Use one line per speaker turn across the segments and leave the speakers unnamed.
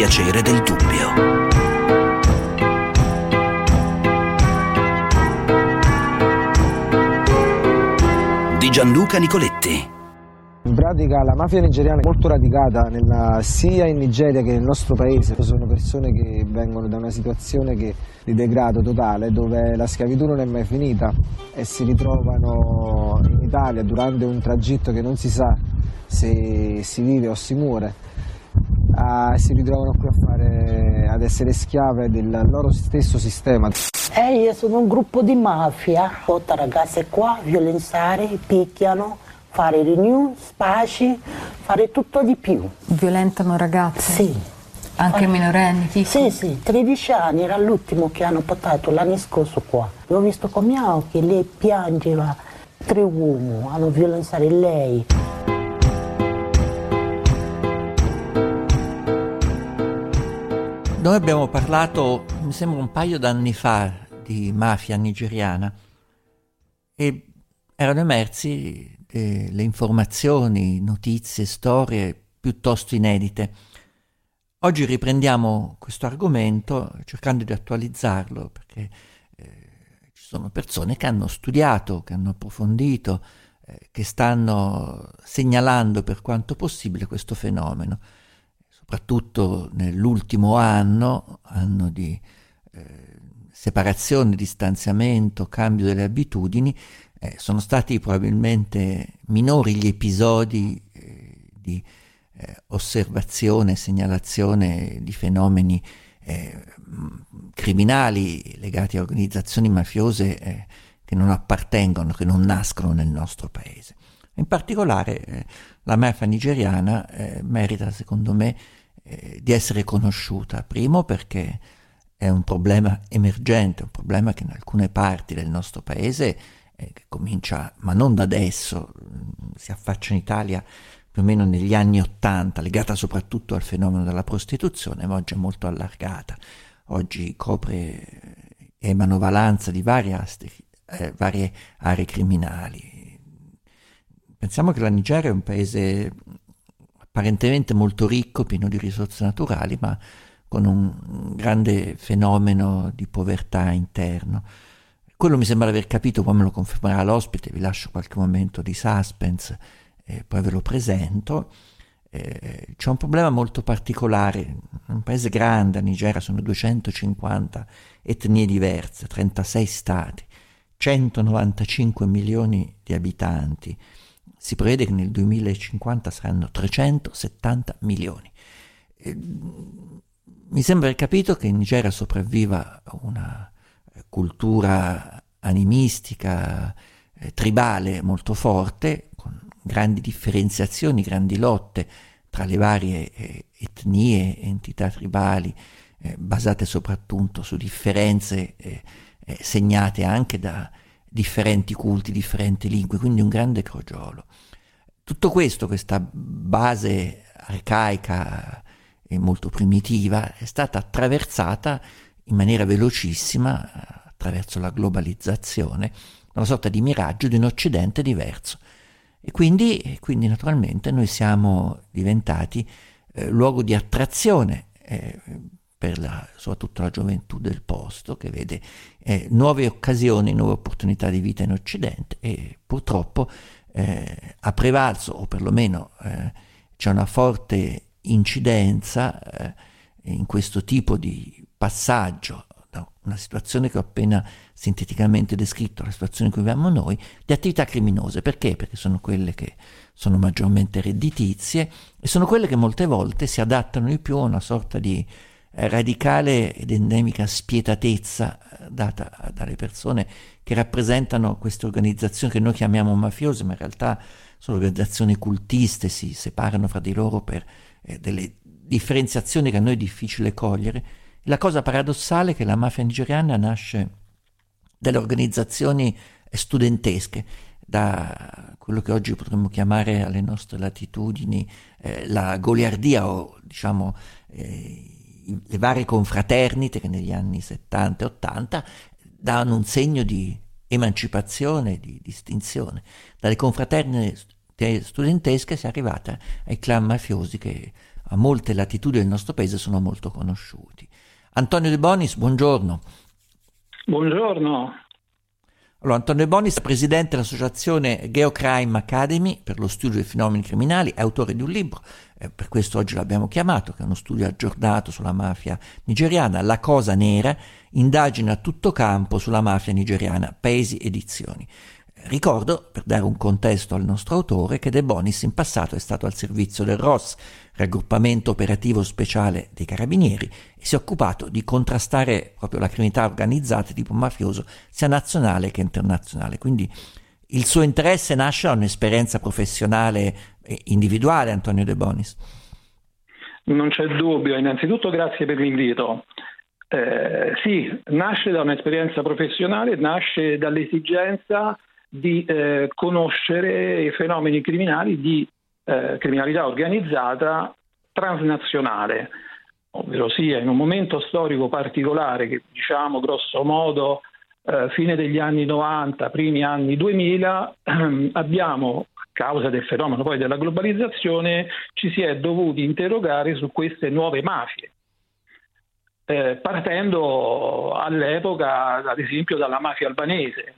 piacere del dubbio. Di Gianluca Nicoletti.
In pratica la mafia nigeriana è molto radicata sia in Nigeria che nel nostro paese. Sono persone che vengono da una situazione di degrado totale, dove la schiavitù non è mai finita e si ritrovano in Italia durante un tragitto che non si sa se si vive o si muore. Si ritrovano qui ad essere schiave del loro stesso sistema.
Io sono un gruppo di mafia, 8 ragazze qua, violenzare, picchiano, fare riunioni, spaci, fare tutto di più.
Violentano ragazze?
Sì.
Anche minorenni, piccoli?
Sì, 13 anni, era l'ultimo che hanno portato l'anno scorso qua. L'ho visto con i miei occhi, lei piangeva, 3 uomini hanno violentato lei.
Noi abbiamo parlato, mi sembra un paio d'anni fa, di mafia nigeriana e erano emersi le informazioni, notizie, storie piuttosto inedite. Oggi riprendiamo questo argomento cercando di attualizzarlo perché ci sono persone che hanno studiato, che hanno approfondito, che stanno segnalando per quanto possibile questo fenomeno. Soprattutto nell'ultimo anno di separazione, distanziamento, cambio delle abitudini, sono stati probabilmente minori gli episodi di osservazione, segnalazione di fenomeni criminali legati a organizzazioni mafiose che non appartengono, che non nascono nel nostro paese. In particolare la mafia nigeriana merita, secondo me, di essere conosciuta, primo perché è un problema emergente, un problema che in alcune parti del nostro paese che comincia, ma non da adesso, si affaccia in Italia più o meno negli anni '80, legata soprattutto al fenomeno della prostituzione, ma oggi è molto allargata. Oggi copre è manovalanza di varie aree criminali. Pensiamo che la Nigeria è un paese apparentemente molto ricco, pieno di risorse naturali, ma con un grande fenomeno di povertà interno. Quello mi sembra aver capito, poi me lo confermerà l'ospite, vi lascio qualche momento di suspense e poi ve lo presento. C'è un problema molto particolare, un paese grande, a Nigeria sono 250 etnie diverse, 36 stati, 195 milioni di abitanti. Si prevede che nel 2050 saranno 370 milioni. Mi sembra aver capito che in Nigeria sopravviva una cultura animistica, tribale molto forte, con grandi differenziazioni, grandi lotte tra le varie etnie, entità tribali, basate soprattutto su differenze segnate anche da differenti culti, differenti lingue, quindi un grande crogiolo. Tutto questo, questa base arcaica e molto primitiva, è stata attraversata in maniera velocissima attraverso la globalizzazione, una sorta di miraggio di un Occidente diverso. E quindi naturalmente noi siamo diventati luogo di attrazione per soprattutto la gioventù del posto, che vede nuove occasioni, nuove opportunità di vita in Occidente, e purtroppo ha prevalso, o perlomeno c'è una forte incidenza in questo tipo di passaggio da una situazione che ho appena sinteticamente descritto, la situazione in cui viviamo noi, di attività criminose. Perché? Perché sono quelle che sono maggiormente redditizie e sono quelle che molte volte si adattano di più a una sorta di radicale ed endemica spietatezza data dalle persone che rappresentano queste organizzazioni che noi chiamiamo mafiose, ma in realtà sono organizzazioni cultiste, si separano fra di loro per delle differenziazioni che a noi è difficile cogliere. La cosa paradossale è che la mafia nigeriana nasce dalle organizzazioni studentesche, da quello che oggi potremmo chiamare alle nostre latitudini la goliardia, o diciamo le varie confraternite che negli anni 70 e 80 davano un segno di emancipazione, di distinzione. Dalle confraternite studentesche si è arrivata ai clan mafiosi che a molte latitudini del nostro paese sono molto conosciuti. Antonio De Bonis, buongiorno.
Buongiorno.
Allora, Antonio De Bonis, presidente dell'associazione Geocrime Academy per lo studio dei fenomeni criminali, è autore di un libro, per questo oggi l'abbiamo chiamato, che è uno studio aggiornato sulla mafia nigeriana, La Cosa Nera, indagine a tutto campo sulla mafia nigeriana, Paesi Edizioni. Ricordo, per dare un contesto al nostro autore, che De Bonis in passato è stato al servizio del ROS, raggruppamento operativo speciale dei carabinieri, e si è occupato di contrastare proprio la criminalità organizzata di tipo mafioso, sia nazionale che internazionale. Quindi il suo interesse nasce da un'esperienza professionale e individuale, Antonio De Bonis.
Non c'è dubbio, innanzitutto grazie per l'invito. Sì, nasce da un'esperienza professionale, nasce dall'esigenza di conoscere i fenomeni criminali di criminalità organizzata transnazionale, ovvero sia in un momento storico particolare che, diciamo grosso modo, fine degli anni 90, primi anni 2000, abbiamo, a causa del fenomeno poi della globalizzazione, ci si è dovuti interrogare su queste nuove mafie, partendo all'epoca ad esempio dalla mafia albanese,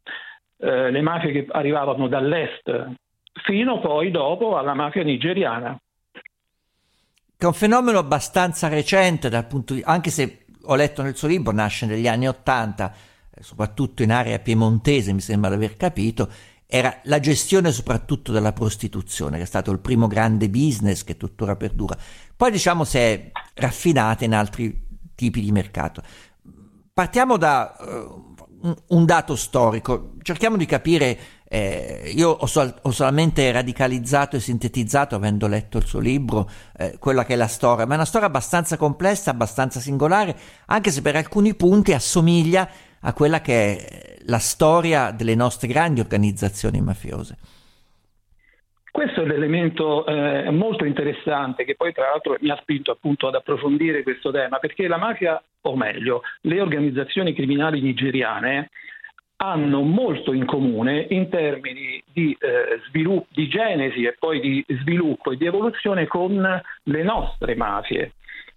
le mafie che arrivavano dall'est, fino poi dopo alla mafia nigeriana.
Che è un fenomeno abbastanza recente dal punto di anche se ho letto nel suo libro, nasce negli anni '80, soprattutto in area piemontese, mi sembra di aver capito, era la gestione soprattutto della prostituzione, che è stato il primo grande business che tuttora perdura. Poi diciamo si è raffinata in altri tipi di mercato. Partiamo da un dato storico, cerchiamo di capire, io ho solamente radicalizzato e sintetizzato, avendo letto il suo libro, quella che è la storia, ma è una storia abbastanza complessa, abbastanza singolare, anche se per alcuni punti assomiglia a quella che è la storia delle nostre grandi organizzazioni mafiose.
Questo è l'elemento molto interessante che poi tra l'altro mi ha spinto appunto ad approfondire questo tema, perché la mafia, o meglio, le organizzazioni criminali nigeriane hanno molto in comune in termini di sviluppo, di genesi e poi di sviluppo e di evoluzione con le nostre mafie.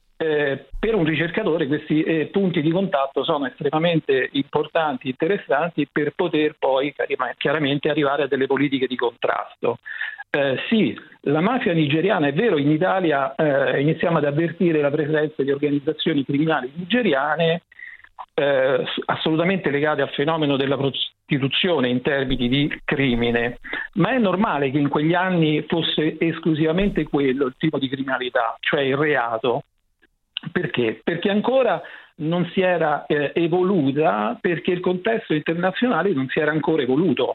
Per un ricercatore questi punti di contatto sono estremamente importanti, interessanti per poter poi chiaramente arrivare a delle politiche di contrasto. Sì, la mafia nigeriana, è vero, in Italia iniziamo ad avvertire la presenza di organizzazioni criminali nigeriane assolutamente legate al fenomeno della prostituzione in termini di crimine, ma è normale che in quegli anni fosse esclusivamente quello il tipo di criminalità, cioè il reato. Perché? Perché ancora non si era evoluta, perché il contesto internazionale non si era ancora evoluto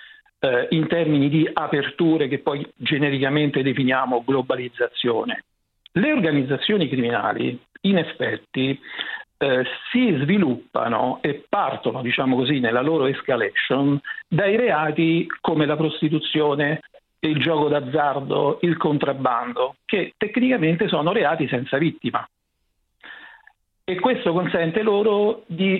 in termini di aperture che poi genericamente definiamo globalizzazione. Le organizzazioni criminali in effetti si sviluppano e partono, diciamo così, nella loro escalation dai reati come la prostituzione, il gioco d'azzardo, il contrabbando, che tecnicamente sono reati senza vittima. E questo consente loro di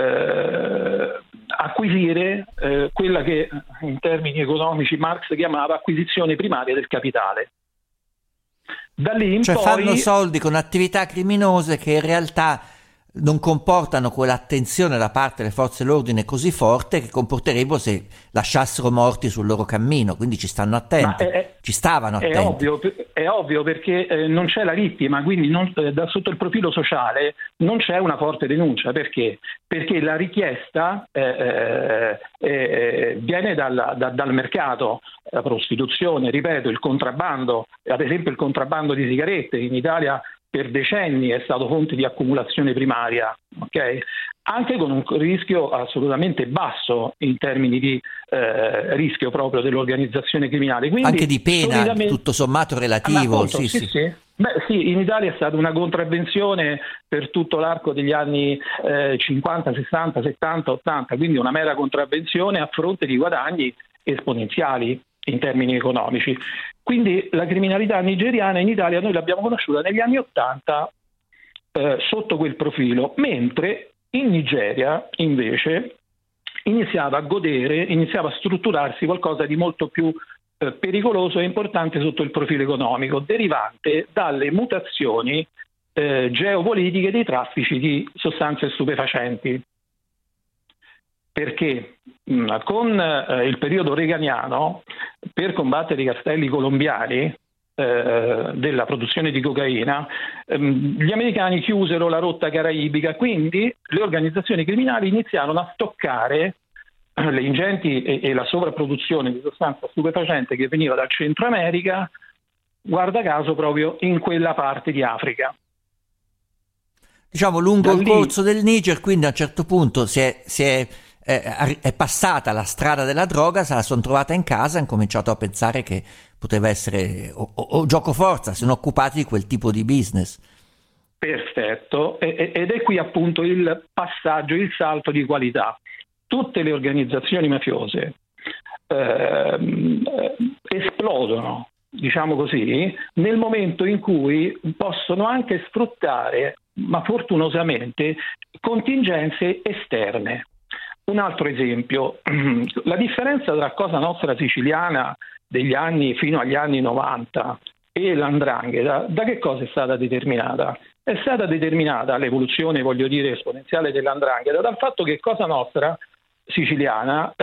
acquisire quella che in termini economici Marx chiamava acquisizione primaria del capitale. Da lì in
cioè
poi
fanno soldi con attività criminose che in realtà non comportano quell'attenzione da parte delle forze dell'ordine così forte che comporterebbero se lasciassero morti sul loro cammino, quindi ci stanno attenti, ci stavano attenti.
È ovvio perché non c'è la vittima, quindi sotto il profilo sociale non c'è una forte denuncia. Perché? Perché la richiesta viene dal mercato, la prostituzione, ripeto, il contrabbando, ad esempio il contrabbando di sigarette in Italia per decenni è stato fonte di accumulazione primaria, ok? Anche con un rischio assolutamente basso in termini di rischio proprio dell'organizzazione criminale. Quindi,
anche di pena, tutto sommato relativo.
Appunto, sì. Beh, sì, in Italia è stata una contravvenzione per tutto l'arco degli anni 50, 60, 70, 80, quindi una mera contravvenzione a fronte di guadagni esponenziali in termini economici. Quindi la criminalità nigeriana in Italia noi l'abbiamo conosciuta negli anni 80 sotto quel profilo, mentre in Nigeria invece iniziava a strutturarsi qualcosa di molto più pericoloso e importante sotto il profilo economico, derivante dalle mutazioni geopolitiche dei traffici di sostanze stupefacenti. Perché con il periodo reganiano, per combattere i cartelli colombiani della produzione di cocaina, gli americani chiusero la rotta caraibica, quindi le organizzazioni criminali iniziarono a stoccare le ingenti e la sovrapproduzione di sostanza stupefacente che veniva dal Centro America, guarda caso proprio in quella parte di Africa.
Diciamo lungo il corso del Niger, quindi a un certo punto è passata la strada della droga, se la sono trovata in casa e hanno cominciato a pensare che poteva essere o gioco forza, si sono occupati di quel tipo di business. Perfetto, ed è qui appunto il passaggio, il salto di qualità. Tutte le organizzazioni mafiose esplodono, diciamo così, nel momento in cui possono anche sfruttare, ma fortunosamente, contingenze esterne. Un altro esempio, la differenza tra Cosa Nostra siciliana degli anni fino agli anni 90 e l''ndrangheta, da che cosa è stata determinata? È stata determinata l'evoluzione, voglio dire, esponenziale dell''ndrangheta dal fatto che Cosa Nostra siciliana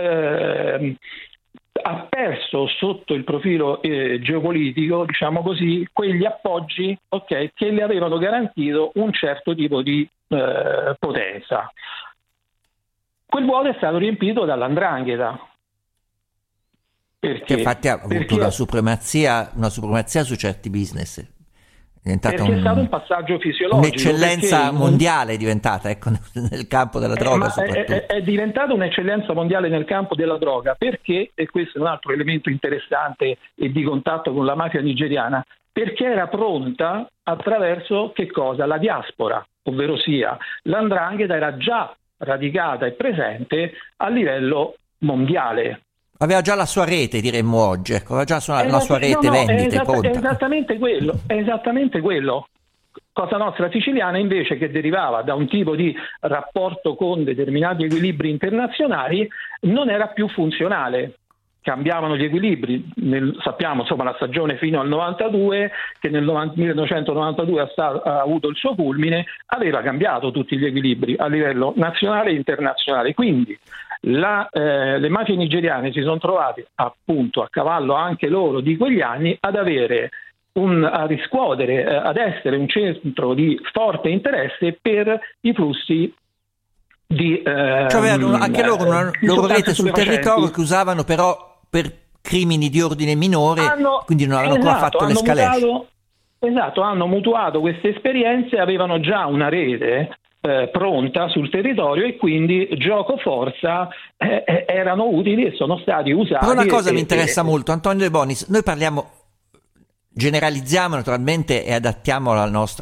ha perso sotto il profilo geopolitico, diciamo così, quegli appoggi, che le avevano garantito un certo tipo di potenza. Quel vuoto è stato riempito dall''ndrangheta. Perché infatti ha avuto una supremazia su certi business. Perché è stato un passaggio fisiologico. Un'eccellenza mondiale è diventata, nel campo della droga soprattutto. È diventata un'eccellenza mondiale nel campo della droga perché, e questo è un altro elemento interessante e di contatto con la mafia nigeriana, perché era pronta attraverso che cosa? La diaspora, ovvero sia l''ndrangheta era già radicata e presente a livello mondiale. Aveva già la sua rete, diremmo oggi, aveva già la sua rete vendite pronta. È esattamente quello. Cosa Nostra siciliana invece, che derivava da un tipo di rapporto con determinati equilibri internazionali, non era più funzionale. Cambiavano gli equilibri, sappiamo insomma la stagione fino al 92, che nel 1992 ha avuto il suo culmine, aveva cambiato tutti gli equilibri a livello nazionale e internazionale, quindi le mafie nigeriane si sono trovate appunto a cavallo anche loro di quegli anni a riscuotere, ad essere un centro di forte interesse per i flussi di avevano anche loro una loro rete sul territorio che usavano però per crimini di ordine minore, quindi non avevano ancora fatto l'escalation. Hanno mutuato queste esperienze, avevano già una rete pronta sul territorio e quindi gioco forza erano utili e sono stati usati. Però una cosa mi interessa molto, Antonio De Bonis, noi generalizziamo naturalmente e adattiamo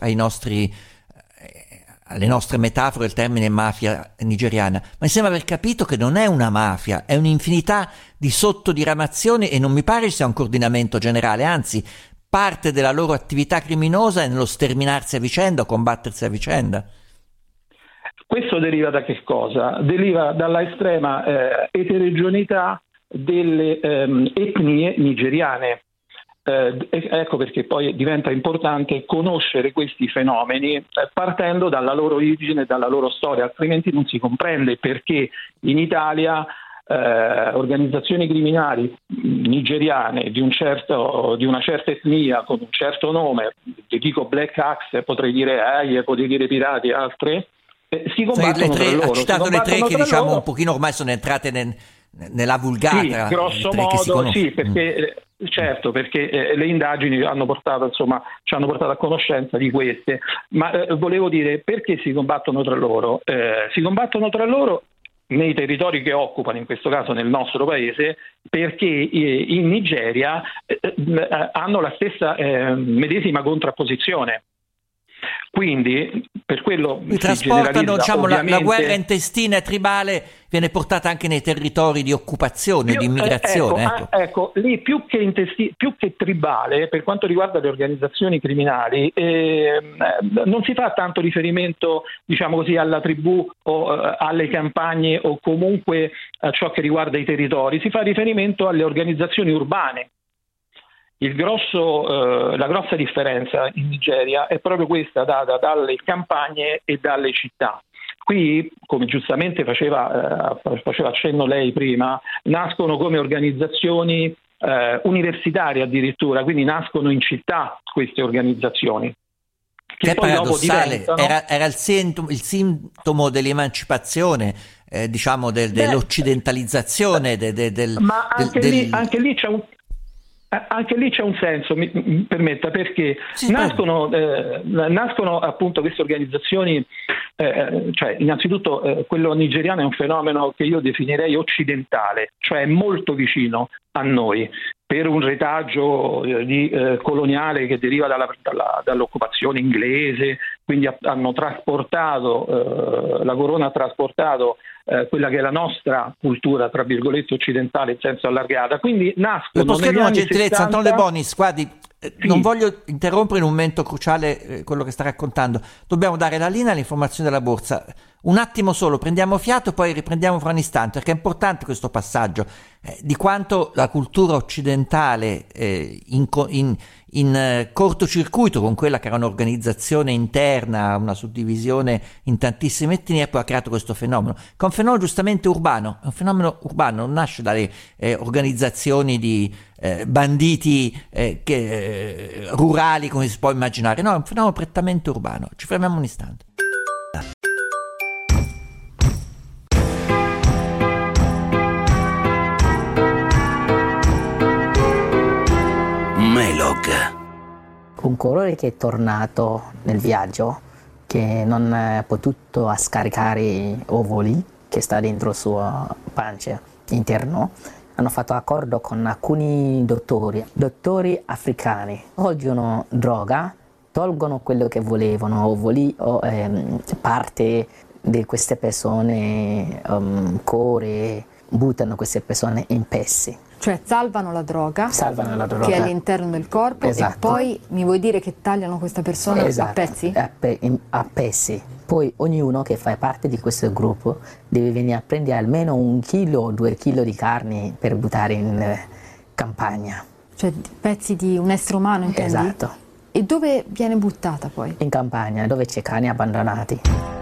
alle nostre metafore il termine mafia nigeriana, ma mi sembra aver capito che non è una mafia, è un'infinità di sottodiramazioni e non mi pare ci sia un coordinamento generale, anzi parte della loro attività criminosa è nello sterminarsi a vicenda o combattersi a vicenda. Questo deriva da che cosa? Deriva dalla estrema eterogeneità delle etnie nigeriane. Ecco perché poi diventa importante conoscere questi fenomeni partendo dalla loro origine e dalla loro storia, altrimenti non si comprende perché in Italia organizzazioni criminali nigeriane di una certa etnia con un certo nome, dico Black Axe, potrei dire Aie, potrei dire Pirati, altre, si combattono tra loro. Ha citato le tre che diciamo un pochino ormai sono entrate nella vulgata. Sì, grosso modo sì, perché certo, perché le indagini ci hanno portato a conoscenza di queste, ma volevo dire perché si combattono tra loro. Si combattono tra loro nei territori che occupano, in questo caso nel nostro paese, perché in Nigeria hanno la stessa medesima contrapposizione. Quindi per quello si trasportano, diciamo, la guerra intestina e tribale viene portata anche nei territori di occupazione, di immigrazione. Ecco, lì più che tribale, per quanto riguarda le organizzazioni criminali, non si fa tanto riferimento, diciamo così, alla tribù o alle campagne o comunque a ciò che riguarda i territori, si fa riferimento alle organizzazioni urbane.
la grossa differenza in Nigeria è proprio questa data dalle campagne e dalle città. Qui, come giustamente faceva accenno lei prima, nascono come organizzazioni universitarie addirittura, quindi nascono in città queste organizzazioni.
Che è paradossale, era il sintomo dell'emancipazione, diciamo dell'occidentalizzazione.
Ma anche lì c'è un... Anche lì c'è un senso, mi permetta, perché
sì,
nascono appunto queste organizzazioni, cioè innanzitutto quello nigeriano è un fenomeno che io definirei occidentale, cioè molto vicino a noi, per un retaggio coloniale che deriva dall'occupazione inglese, quindi hanno trasportato, la corona ha trasportato quella che è la nostra cultura, tra virgolette, occidentale in senso allargata. Quindi nascono.
Posso chiedere una gentilezza,
70...
Antonio De Bonis, guardi,
sì.
Non voglio interrompere in un momento cruciale quello che sta raccontando. Dobbiamo dare la linea all'informazione della borsa. Un attimo solo, prendiamo fiato e poi riprendiamo fra un istante, perché è importante questo passaggio di quanto la cultura occidentale in cortocircuito con quella che era un'organizzazione interna, una suddivisione in tantissime etnie, poi ha creato questo fenomeno, che è un fenomeno giustamente urbano, è un fenomeno urbano, non nasce dalle organizzazioni di banditi rurali come si può immaginare, no, è un fenomeno prettamente urbano. Ci fermiamo un istante.
Un colore che è tornato nel viaggio, che non ha potuto scaricare ovuli che sta dentro il suo pancia interno, hanno fatto accordo con alcuni dottori africani, vogliono droga, tolgono quello che volevano, ovuli o parte di queste persone, cuore, buttano queste persone in pezzi.
Cioè salvano la droga che è all'interno del corpo, esatto. E poi mi vuoi dire che tagliano questa persona, esatto, a pezzi?
A pezzi. Poi ognuno che fa parte di questo gruppo deve venire a prendere almeno 1 chilo o 2 chili di carne per buttare in campagna.
Cioè pezzi di un essere umano, intendi?
Esatto.
E dove viene buttata poi?
In campagna, dove c'è cani abbandonati.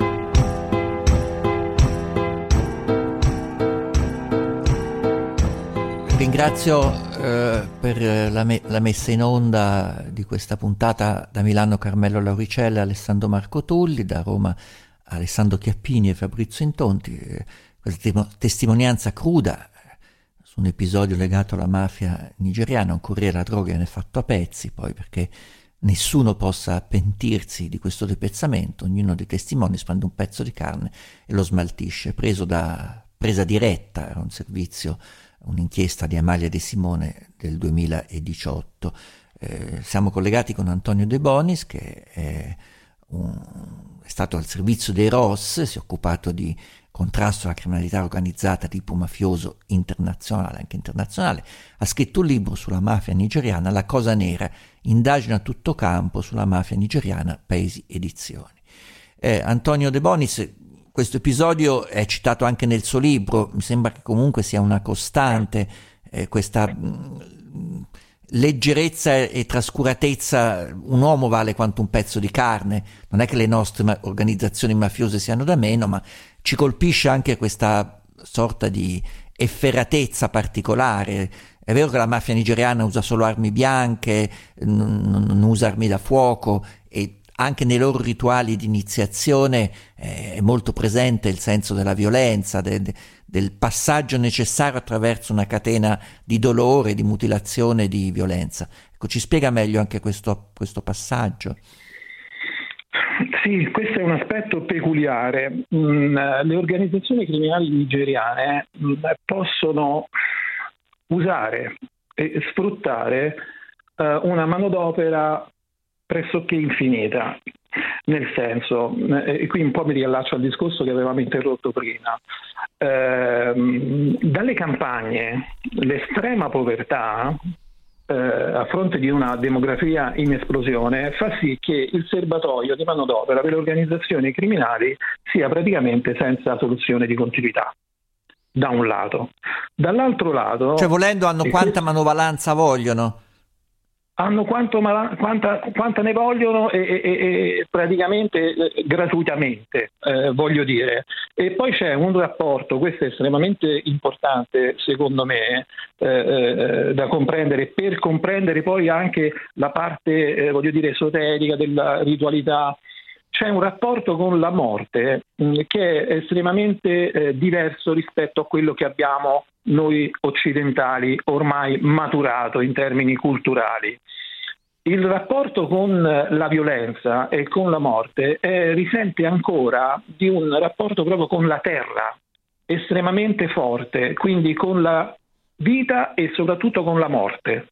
Ringrazio per la messa in onda di questa puntata da Milano Carmelo Lauricella e Alessandro Marco Tulli, da Roma Alessandro Chiappini e Fabrizio Intonti. Questa testimonianza cruda su un episodio legato alla mafia nigeriana, un corriere della droga viene fatto a pezzi, poi perché nessuno possa pentirsi di questo depezzamento, ognuno dei testimoni prende un pezzo di carne e lo smaltisce, presa diretta, era un servizio, un'inchiesta di Amalia De Simone del 2018. Siamo collegati con Antonio De Bonis, che è stato al servizio dei ROS, si è occupato di contrasto alla criminalità organizzata tipo mafioso internazionale, anche internazionale. Ha scritto un libro sulla mafia nigeriana, La Cosa Nera, indagine a tutto campo sulla mafia nigeriana, Paesi Edizioni. Antonio De Bonis, questo episodio è citato anche nel suo libro, mi sembra che comunque sia una costante, questa leggerezza e trascuratezza. Un uomo vale quanto un pezzo di carne, non è che le nostre organizzazioni mafiose siano da meno, ma ci colpisce anche questa sorta di efferatezza particolare. È vero che la mafia nigeriana usa solo armi bianche, non usa armi da fuoco, e anche nei loro rituali di iniziazione è molto presente il senso della violenza, del passaggio necessario attraverso una catena di dolore, di mutilazione, di violenza. Ecco, ci spiega meglio anche questo passaggio?
Sì, questo è un aspetto peculiare. Le organizzazioni criminali nigeriane possono usare e sfruttare una manodopera pressoché infinita, nel senso, e qui un po' mi riallaccio al discorso che avevamo interrotto prima, dalle campagne l'estrema povertà a fronte di una demografia in esplosione fa sì che il serbatoio di manodopera per le organizzazioni criminali sia praticamente senza soluzione di continuità, da un lato. Dall'altro lato,
cioè volendo hanno quanta manovalanza vogliono.
hanno quanta ne vogliono e praticamente gratuitamente, voglio dire. E poi c'è un rapporto, questo è estremamente importante secondo me, da comprendere, per comprendere poi anche la parte, voglio dire, esoterica della ritualità. C'è un rapporto con la morte che è estremamente diverso rispetto a quello che abbiamo noi occidentali ormai maturato in termini culturali. Il rapporto con la violenza e con la morte risente ancora di un rapporto proprio con la terra estremamente forte, quindi con la vita e soprattutto con la morte.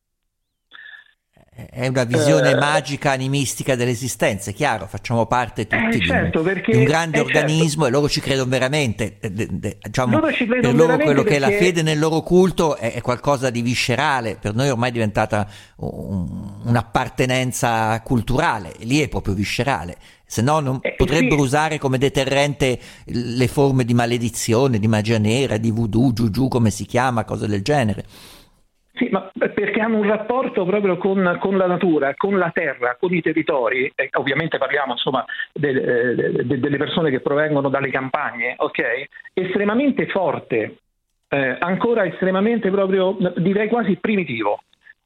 È una visione magica, animistica dell'esistenza, è chiaro, facciamo parte tutti di un grande organismo, certo. E loro ci credono veramente, diciamo, per loro quello che è la fede nel loro culto è qualcosa di viscerale, per noi ormai è diventata un'appartenenza culturale, lì è proprio viscerale, se no non potrebbero usare come deterrente le forme di maledizione, di magia nera, di voodoo, juju, come si chiama, cose del genere.
Sì, ma perché hanno un rapporto proprio con la natura, con la terra, con i territori, e ovviamente parliamo insomma delle persone che provengono dalle campagne, ok? Estremamente forte, ancora estremamente proprio, direi quasi primitivo.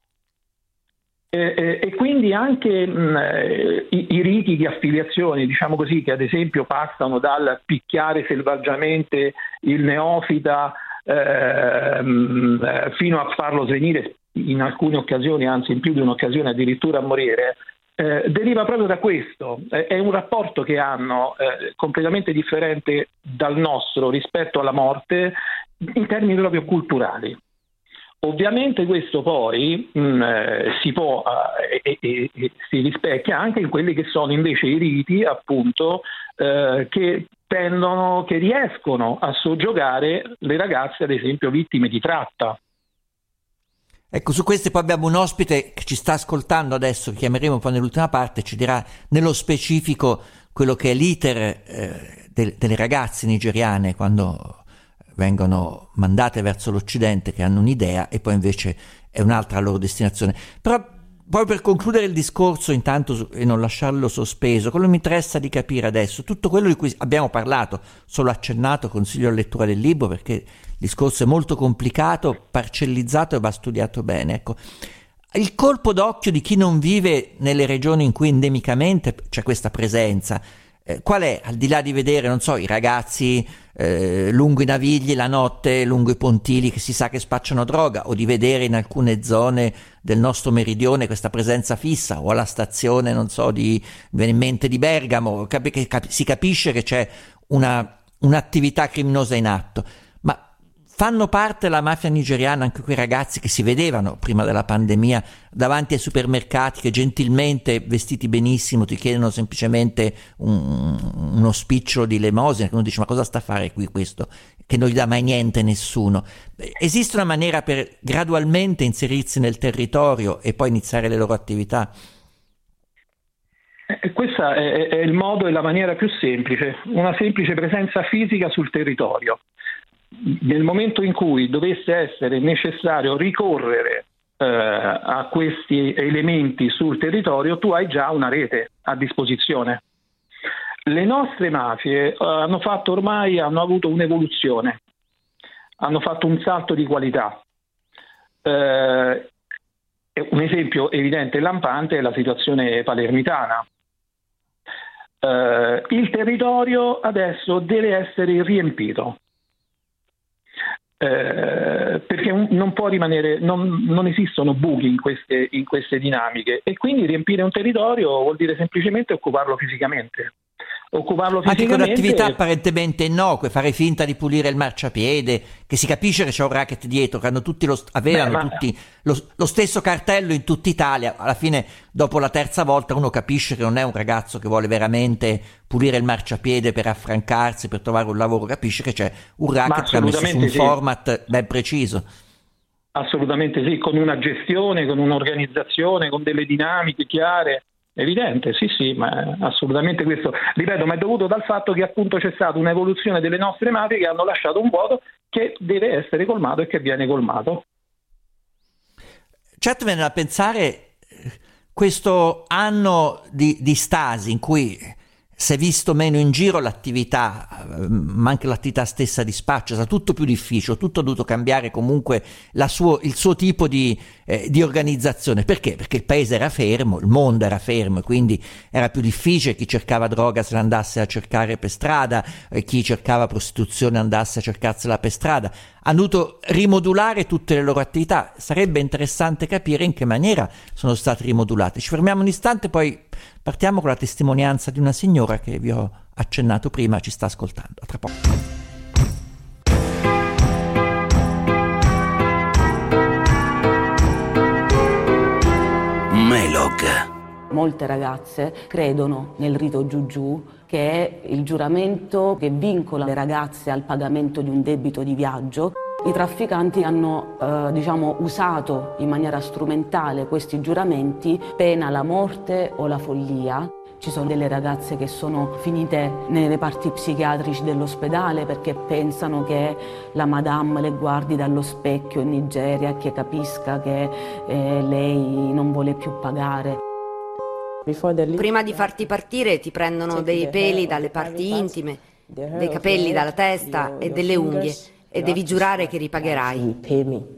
E quindi anche i riti di affiliazione, diciamo così, che ad esempio passano dal picchiare selvaggiamente il neofita fino a farlo svenire in alcune occasioni, anzi in più di un'occasione addirittura a morire, deriva proprio da questo. È un rapporto che hanno completamente differente dal nostro rispetto alla morte in termini proprio culturali. Ovviamente questo poi si può e si rispecchia anche in quelli che sono invece i riti, appunto, che riescono a soggiogare le ragazze, ad esempio, vittime di tratta.
Ecco, su queste poi abbiamo un ospite che ci sta ascoltando adesso, che chiameremo poi nell'ultima parte, ci dirà nello specifico quello che è l'iter delle ragazze nigeriane quando vengono mandate verso l'Occidente, che hanno un'idea e poi invece è un'altra loro destinazione. Però poi per concludere il discorso intanto e non lasciarlo sospeso, quello che mi interessa di capire adesso, tutto quello di cui abbiamo parlato, solo accennato, consiglio la lettura del libro perché il discorso è molto complicato, parcellizzato e va studiato bene. Ecco, il colpo d'occhio di chi non vive nelle regioni in cui endemicamente c'è questa presenza, qual è, al di là di vedere, non so, i ragazzi lungo i navigli la notte, lungo i pontili che si sa che spacciano droga, o di vedere in alcune zone del nostro meridione questa presenza fissa, o alla stazione, non so, viene in mente di Bergamo, si capisce che c'è un'attività criminosa in atto. Ma fanno parte della mafia nigeriana anche quei ragazzi che si vedevano prima della pandemia davanti ai supermercati, che gentilmente, vestiti benissimo, ti chiedono semplicemente uno spicciolo di elemosina, che uno dice: ma cosa sta a fare qui questo? Che non gli dà mai niente nessuno. Esiste una maniera per gradualmente inserirsi nel territorio e poi iniziare le loro attività?
Questa è il modo e la maniera più semplice, una semplice presenza fisica sul territorio. Nel momento in cui dovesse essere necessario ricorrere a questi elementi sul territorio, tu hai già una rete a disposizione. Le nostre mafie hanno avuto un'evoluzione, hanno fatto un salto di qualità. Un esempio evidente e lampante è la situazione palermitana. Il territorio adesso deve essere riempito. Perché non può rimanere, non esistono buchi in queste dinamiche, e quindi riempire un territorio vuol dire semplicemente occuparlo fisicamente.
Anche con attività apparentemente innocue, fare finta di pulire il marciapiede, che si capisce che c'è un racket dietro, che hanno tutti avevano tutti lo stesso cartello in tutta Italia. Alla fine, dopo la terza volta, uno capisce che non è un ragazzo che vuole veramente pulire il marciapiede per affrancarsi, per trovare un lavoro, capisce che c'è un racket che ha messo su un format ben preciso.
Assolutamente sì, con una gestione, con un'organizzazione, con delle dinamiche chiare. Evidente, sì, ma assolutamente questo, ripeto, ma è dovuto dal fatto che appunto c'è stata un'evoluzione delle nostre mafie che hanno lasciato un vuoto che deve essere colmato e che viene colmato.
Certo, viene da pensare, questo anno di stasi in cui si è visto meno in giro l'attività, ma anche l'attività stessa di spaccio, è stato tutto più difficile, tutto ha dovuto cambiare comunque il suo tipo di organizzazione. Perché? Perché il paese era fermo, il mondo era fermo, e quindi era più difficile. Chi cercava droga se l'andasse a cercare per strada, chi cercava prostituzione andasse a cercarsela per strada. Hanno dovuto rimodulare tutte le loro attività. Sarebbe interessante capire in che maniera sono state rimodulate. Ci fermiamo un istante, poi partiamo con la testimonianza di una signora che vi ho accennato prima, ci sta ascoltando. A tra poco.
Melog.
Molte ragazze credono nel rito Giugiù, che è il giuramento che vincola le ragazze al pagamento di un debito di viaggio. I trafficanti hanno usato in maniera strumentale questi giuramenti, pena la morte o la follia. Ci sono delle ragazze che sono finite nei reparti psichiatrici dell'ospedale perché pensano che la madame le guardi dallo specchio in Nigeria e che capisca che lei non vuole più pagare.
Prima di farti partire ti prendono dei peli dalle parti intime, dei capelli dalla testa e delle unghie, e devi giurare che ripagherai.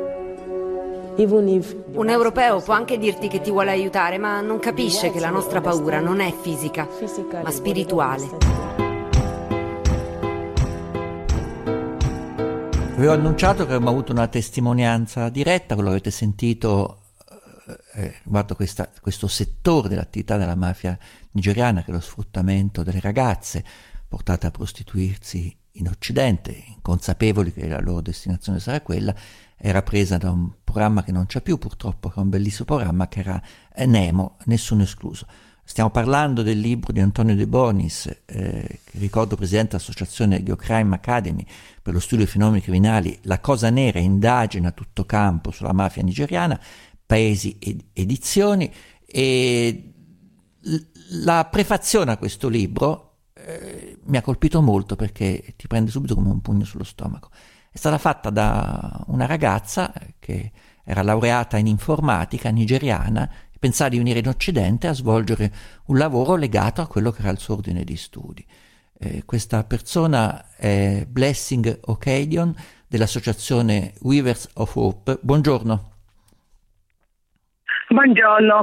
Un europeo può anche dirti che ti vuole aiutare, ma non capisce che la nostra paura non è fisica, ma spirituale.
Vi ho annunciato che abbiamo avuto una testimonianza diretta, quello che avete sentito riguardo questo settore dell'attività della mafia nigeriana, che è lo sfruttamento delle ragazze portate a prostituirsi in Occidente, inconsapevoli che la loro destinazione sarà quella. Era presa da un programma che non c'è più purtroppo, che è un bellissimo programma, che era Nemo, nessuno escluso. Stiamo parlando del libro di Antonio De Bonis, che ricordo presidente dell'associazione Geocrime Academy per lo studio dei fenomeni criminali, La Cosa Nera, indagine a tutto campo sulla mafia nigeriana, Paesi ed Edizioni, e la prefazione a questo libro mi ha colpito molto perché ti prende subito come un pugno sullo stomaco. È stata fatta da una ragazza che era laureata in informatica nigeriana e pensava di venire in Occidente a svolgere un lavoro legato a quello che era il suo ordine di studi. Questa persona è Blessing Okedion dell'associazione Weavers of Hope. Buongiorno.
Buongiorno.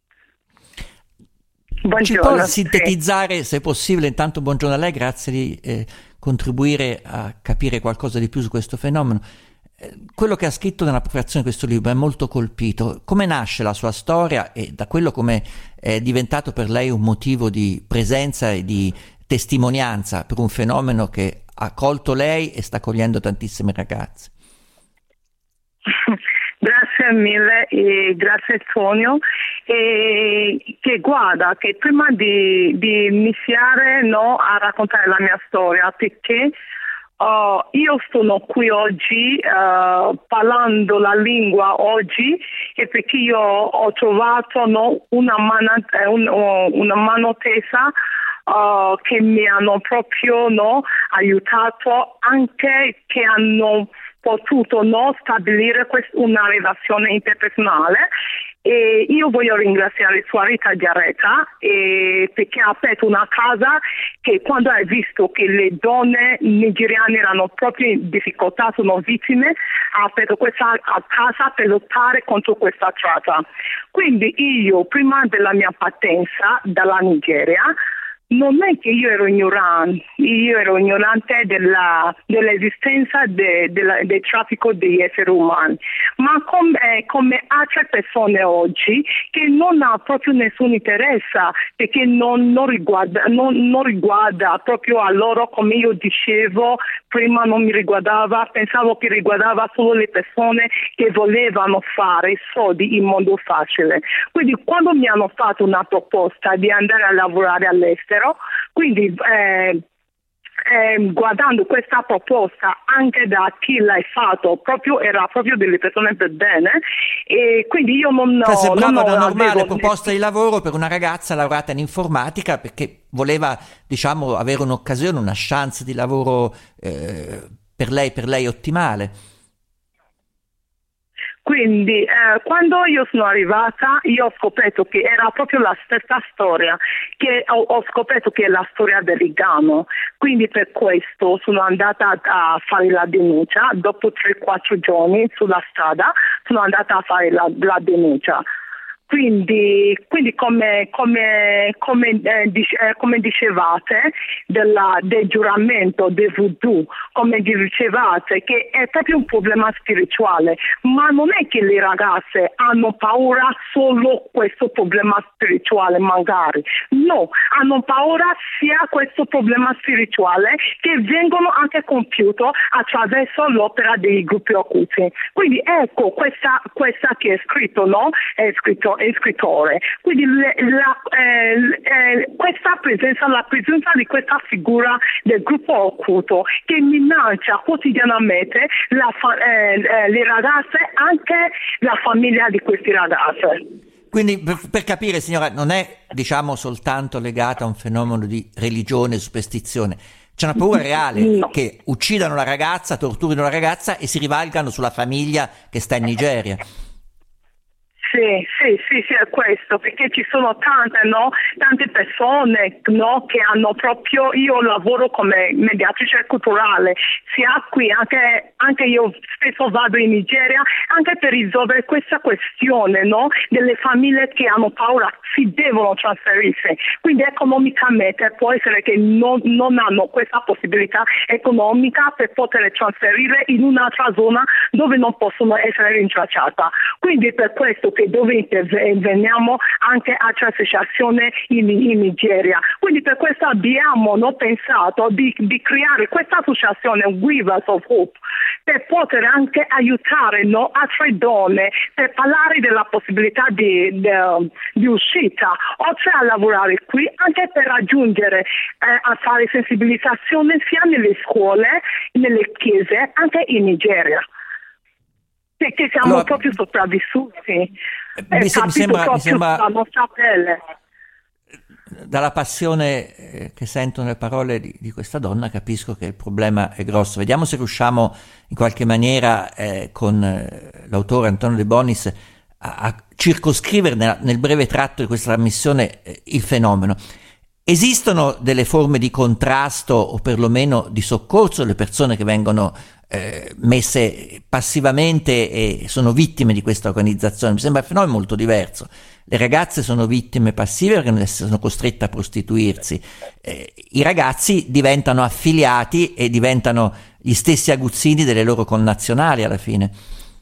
Ci può sintetizzare, se possibile, intanto buongiorno a lei, grazie di contribuire a capire qualcosa di più su questo fenomeno. Quello che ha scritto nella prefazione di questo libro è molto colpito. Come nasce la sua storia e da quello come è diventato per lei un motivo di presenza e di testimonianza per un fenomeno che ha colto lei e sta cogliendo tantissime ragazze?
Grazie mille e grazie Antonio. Che guarda, che prima di iniziare a raccontare la mia storia, perché io sono qui oggi parlando la lingua oggi, e perché io ho trovato una mano tesa che mi hanno proprio aiutato, anche che hanno potuto stabilire una relazione interpersonale. E io voglio ringraziare sua Rita Giarretta perché ha aperto una casa che, quando ha visto che le donne nigeriane erano proprio in difficoltà, sono vittime, ha aperto questa casa per lottare contro questa tratta. Quindi io, prima della mia partenza dalla Nigeria, non è che io ero ignorante dell'esistenza del traffico degli esseri umani, ma come altre persone oggi che non ha proprio nessun interesse, perché non riguarda proprio a loro, come io dicevo prima, non mi riguardava, pensavo che riguardava solo le persone che volevano fare soldi in modo facile. Quindi quando mi hanno fatto una proposta di andare a lavorare all'estero, quindi guardando questa proposta anche da chi l'ha fatto, era proprio delle persone per bene, e quindi io
sembrava una normale proposta di lavoro per una ragazza laureata in informatica, perché voleva, avere un'occasione, una chance di lavoro per lei ottimale.
Quindi quando io sono arrivata io ho scoperto che era proprio la stessa storia, che ho scoperto che è la storia del Rigano, quindi per questo sono andata a fare la denuncia, dopo 3-4 giorni sulla strada sono andata a fare la denuncia. Quindi come dicevate del giuramento del voodoo, come dicevate che è proprio un problema spirituale, ma non è che le ragazze hanno paura solo questo problema spirituale magari, no, hanno paura sia questo problema spirituale che vengono anche compiuti attraverso l'opera dei gruppi occulti. Quindi ecco questa che è scritto, no? È scrittore. Quindi questa presenza, la presenza di questa figura del gruppo occulto che minaccia quotidianamente le ragazze, anche la famiglia di queste ragazze.
Quindi per capire, signora, non è soltanto legata a un fenomeno di religione e superstizione. C'è una paura reale che uccidano la ragazza, torturino la ragazza e si rivalgano sulla famiglia che sta in Nigeria.
Sì, è questo, perché ci sono tante persone, no, che hanno proprio, io lavoro come mediatrice culturale, sia qui, anche io spesso vado in Nigeria, anche per risolvere questa questione, no, delle famiglie che hanno paura, si devono trasferirsi, quindi economicamente può essere che non hanno questa possibilità economica per poter trasferire in un'altra zona dove non possono essere rintracciata. Quindi per questo che dove interveniamo anche a associazione in Nigeria. Quindi per questo abbiamo pensato di creare questa associazione Weavers of Hope per poter anche aiutare altre donne per parlare della possibilità di uscita, oltre a lavorare qui anche per raggiungere a fare sensibilizzazione sia nelle scuole, nelle chiese, anche in Nigeria. Perché siamo proprio sopravvissuti, mi sembra la nostra pelle.
Dalla passione che sento nelle parole di questa donna capisco che il problema è grosso. Vediamo se riusciamo in qualche maniera con l'autore Antonio De Bonis a circoscrivere nel breve tratto di questa trasmissione il fenomeno. Esistono delle forme di contrasto o perlomeno di soccorso alle persone che vengono messe passivamente e sono vittime di questa organizzazione? Mi sembra un fenomeno molto diverso. Le ragazze sono vittime passive perché sono costrette a prostituirsi, i ragazzi diventano affiliati e diventano gli stessi aguzzini delle loro connazionali alla fine.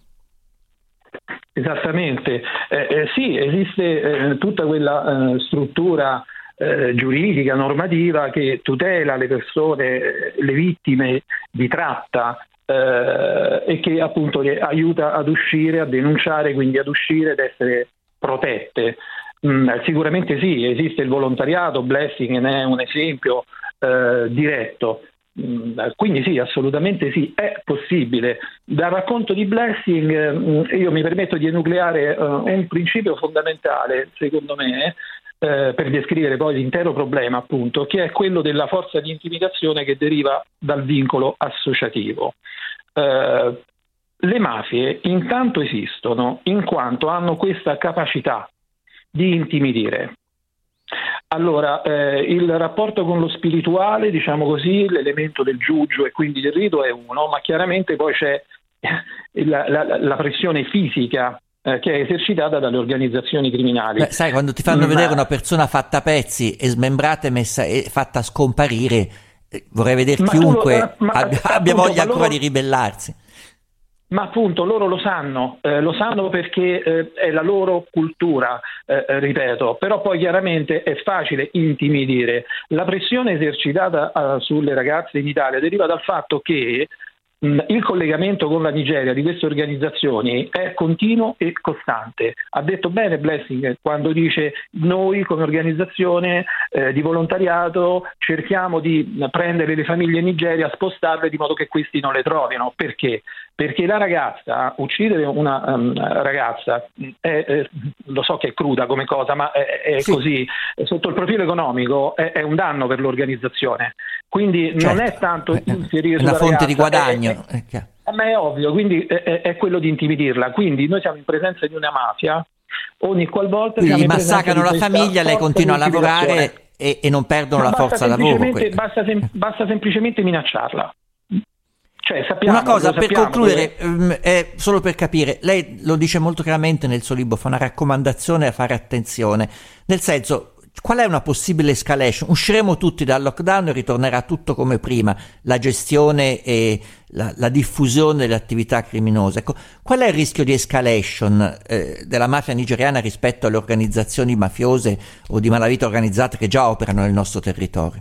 Esattamente, sì, esiste tutta quella struttura giuridica, normativa che tutela le persone, le vittime di tratta e che appunto le aiuta ad uscire, a denunciare, quindi ad uscire, ad essere protette. Sicuramente sì, esiste il volontariato, Blessing ne è un esempio diretto. Quindi sì, assolutamente sì, è possibile. Dal racconto di Blessing io mi permetto di enucleare un principio fondamentale, secondo me, per descrivere poi l'intero problema, appunto, che è quello della forza di intimidazione che deriva dal vincolo associativo. Le mafie intanto esistono in quanto hanno questa capacità di intimidire. Allora, il rapporto con lo spirituale, diciamo così, l'elemento del giuggio e quindi del rito è uno, ma chiaramente poi c'è la pressione fisica che è esercitata dalle organizzazioni criminali.
Sai, quando ti fanno vedere una persona fatta a pezzi e smembrata e fatta scomparire, vorrei vedere chiunque abbia voglia ancora di ribellarsi.
Ma appunto loro lo sanno perché è la loro cultura, ripeto, però poi chiaramente è facile intimidire. La pressione esercitata sulle ragazze in Italia deriva dal fatto che il collegamento con la Nigeria di queste organizzazioni è continuo e costante. Ha detto bene Blessing quando dice: noi come organizzazione di volontariato cerchiamo di prendere le famiglie in Nigeria, spostarle di modo che questi non le trovino. Perché? Perché la ragazza, uccidere una ragazza, lo so che è cruda come cosa, ma è sì. Così, sotto il profilo economico è un danno per l'organizzazione. Quindi certo, non è tanto inserire
una fonte
ragazza,
di guadagno.
Ma è ovvio, quindi è quello di intimidirla. Quindi noi siamo in presenza di una mafia, ogni qualvolta
quindi
siamo in
massacrano la famiglia, lei continua a lavorare e non perdono la forza lavoro.
Basta semplicemente minacciarla. Cioè, sappiamo,
una cosa per concludere, solo per capire, lei lo dice molto chiaramente nel suo libro, fa una raccomandazione a fare attenzione, nel senso, qual è una possibile escalation? Usciremo tutti dal lockdown e ritornerà tutto come prima, la gestione e la diffusione delle attività criminose. Ecco, qual è il rischio di escalation della mafia nigeriana rispetto alle organizzazioni mafiose o di malavita organizzata che già operano nel nostro territorio?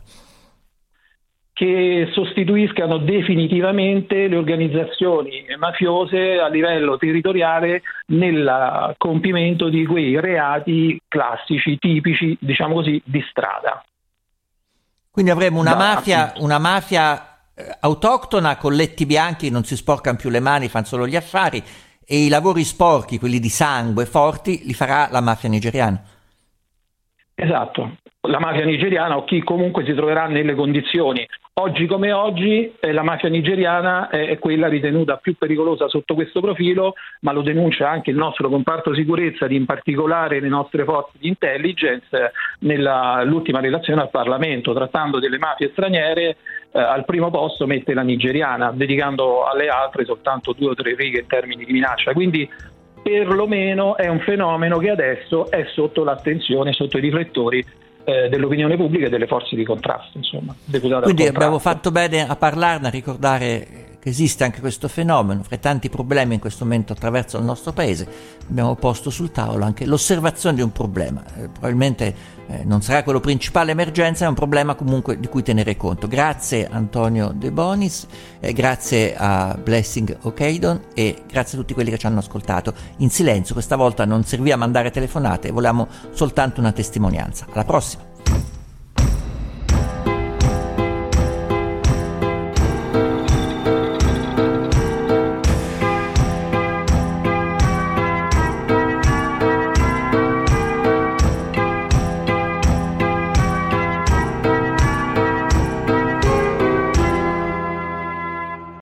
Che sostituiscano definitivamente le organizzazioni mafiose a livello territoriale nel compimento di quei reati classici, tipici, diciamo così, di strada.
Quindi avremo una mafia autoctona con letti bianchi, non si sporcano più le mani, fanno solo gli affari, e i lavori sporchi, quelli di sangue forti, li farà la mafia nigeriana.
Esatto, la mafia nigeriana o chi comunque si troverà nelle condizioni. Oggi come oggi la mafia nigeriana è quella ritenuta più pericolosa sotto questo profilo, ma lo denuncia anche il nostro comparto sicurezza, in particolare le nostre forze di intelligence, nell'ultima relazione al Parlamento, trattando delle mafie straniere, al primo posto mette la nigeriana, dedicando alle altre soltanto 2 o 3 righe in termini di minaccia. Quindi perlomeno è un fenomeno che adesso è sotto l'attenzione, sotto i riflettori dell'opinione pubblica e delle forze di contrasto, insomma.
Quindi abbiamo fatto bene a parlarne, a ricordare che esiste anche questo fenomeno, fra i tanti problemi in questo momento attraverso il nostro paese. Abbiamo posto sul tavolo anche l'osservazione di un problema, probabilmente non sarà quello principale emergenza, è un problema comunque di cui tenere conto. Grazie Antonio De Bonis, grazie a Blessing Okeidon e grazie a tutti quelli che ci hanno ascoltato in silenzio. Questa volta non serviva mandare telefonate, volevamo soltanto una testimonianza. Alla prossima.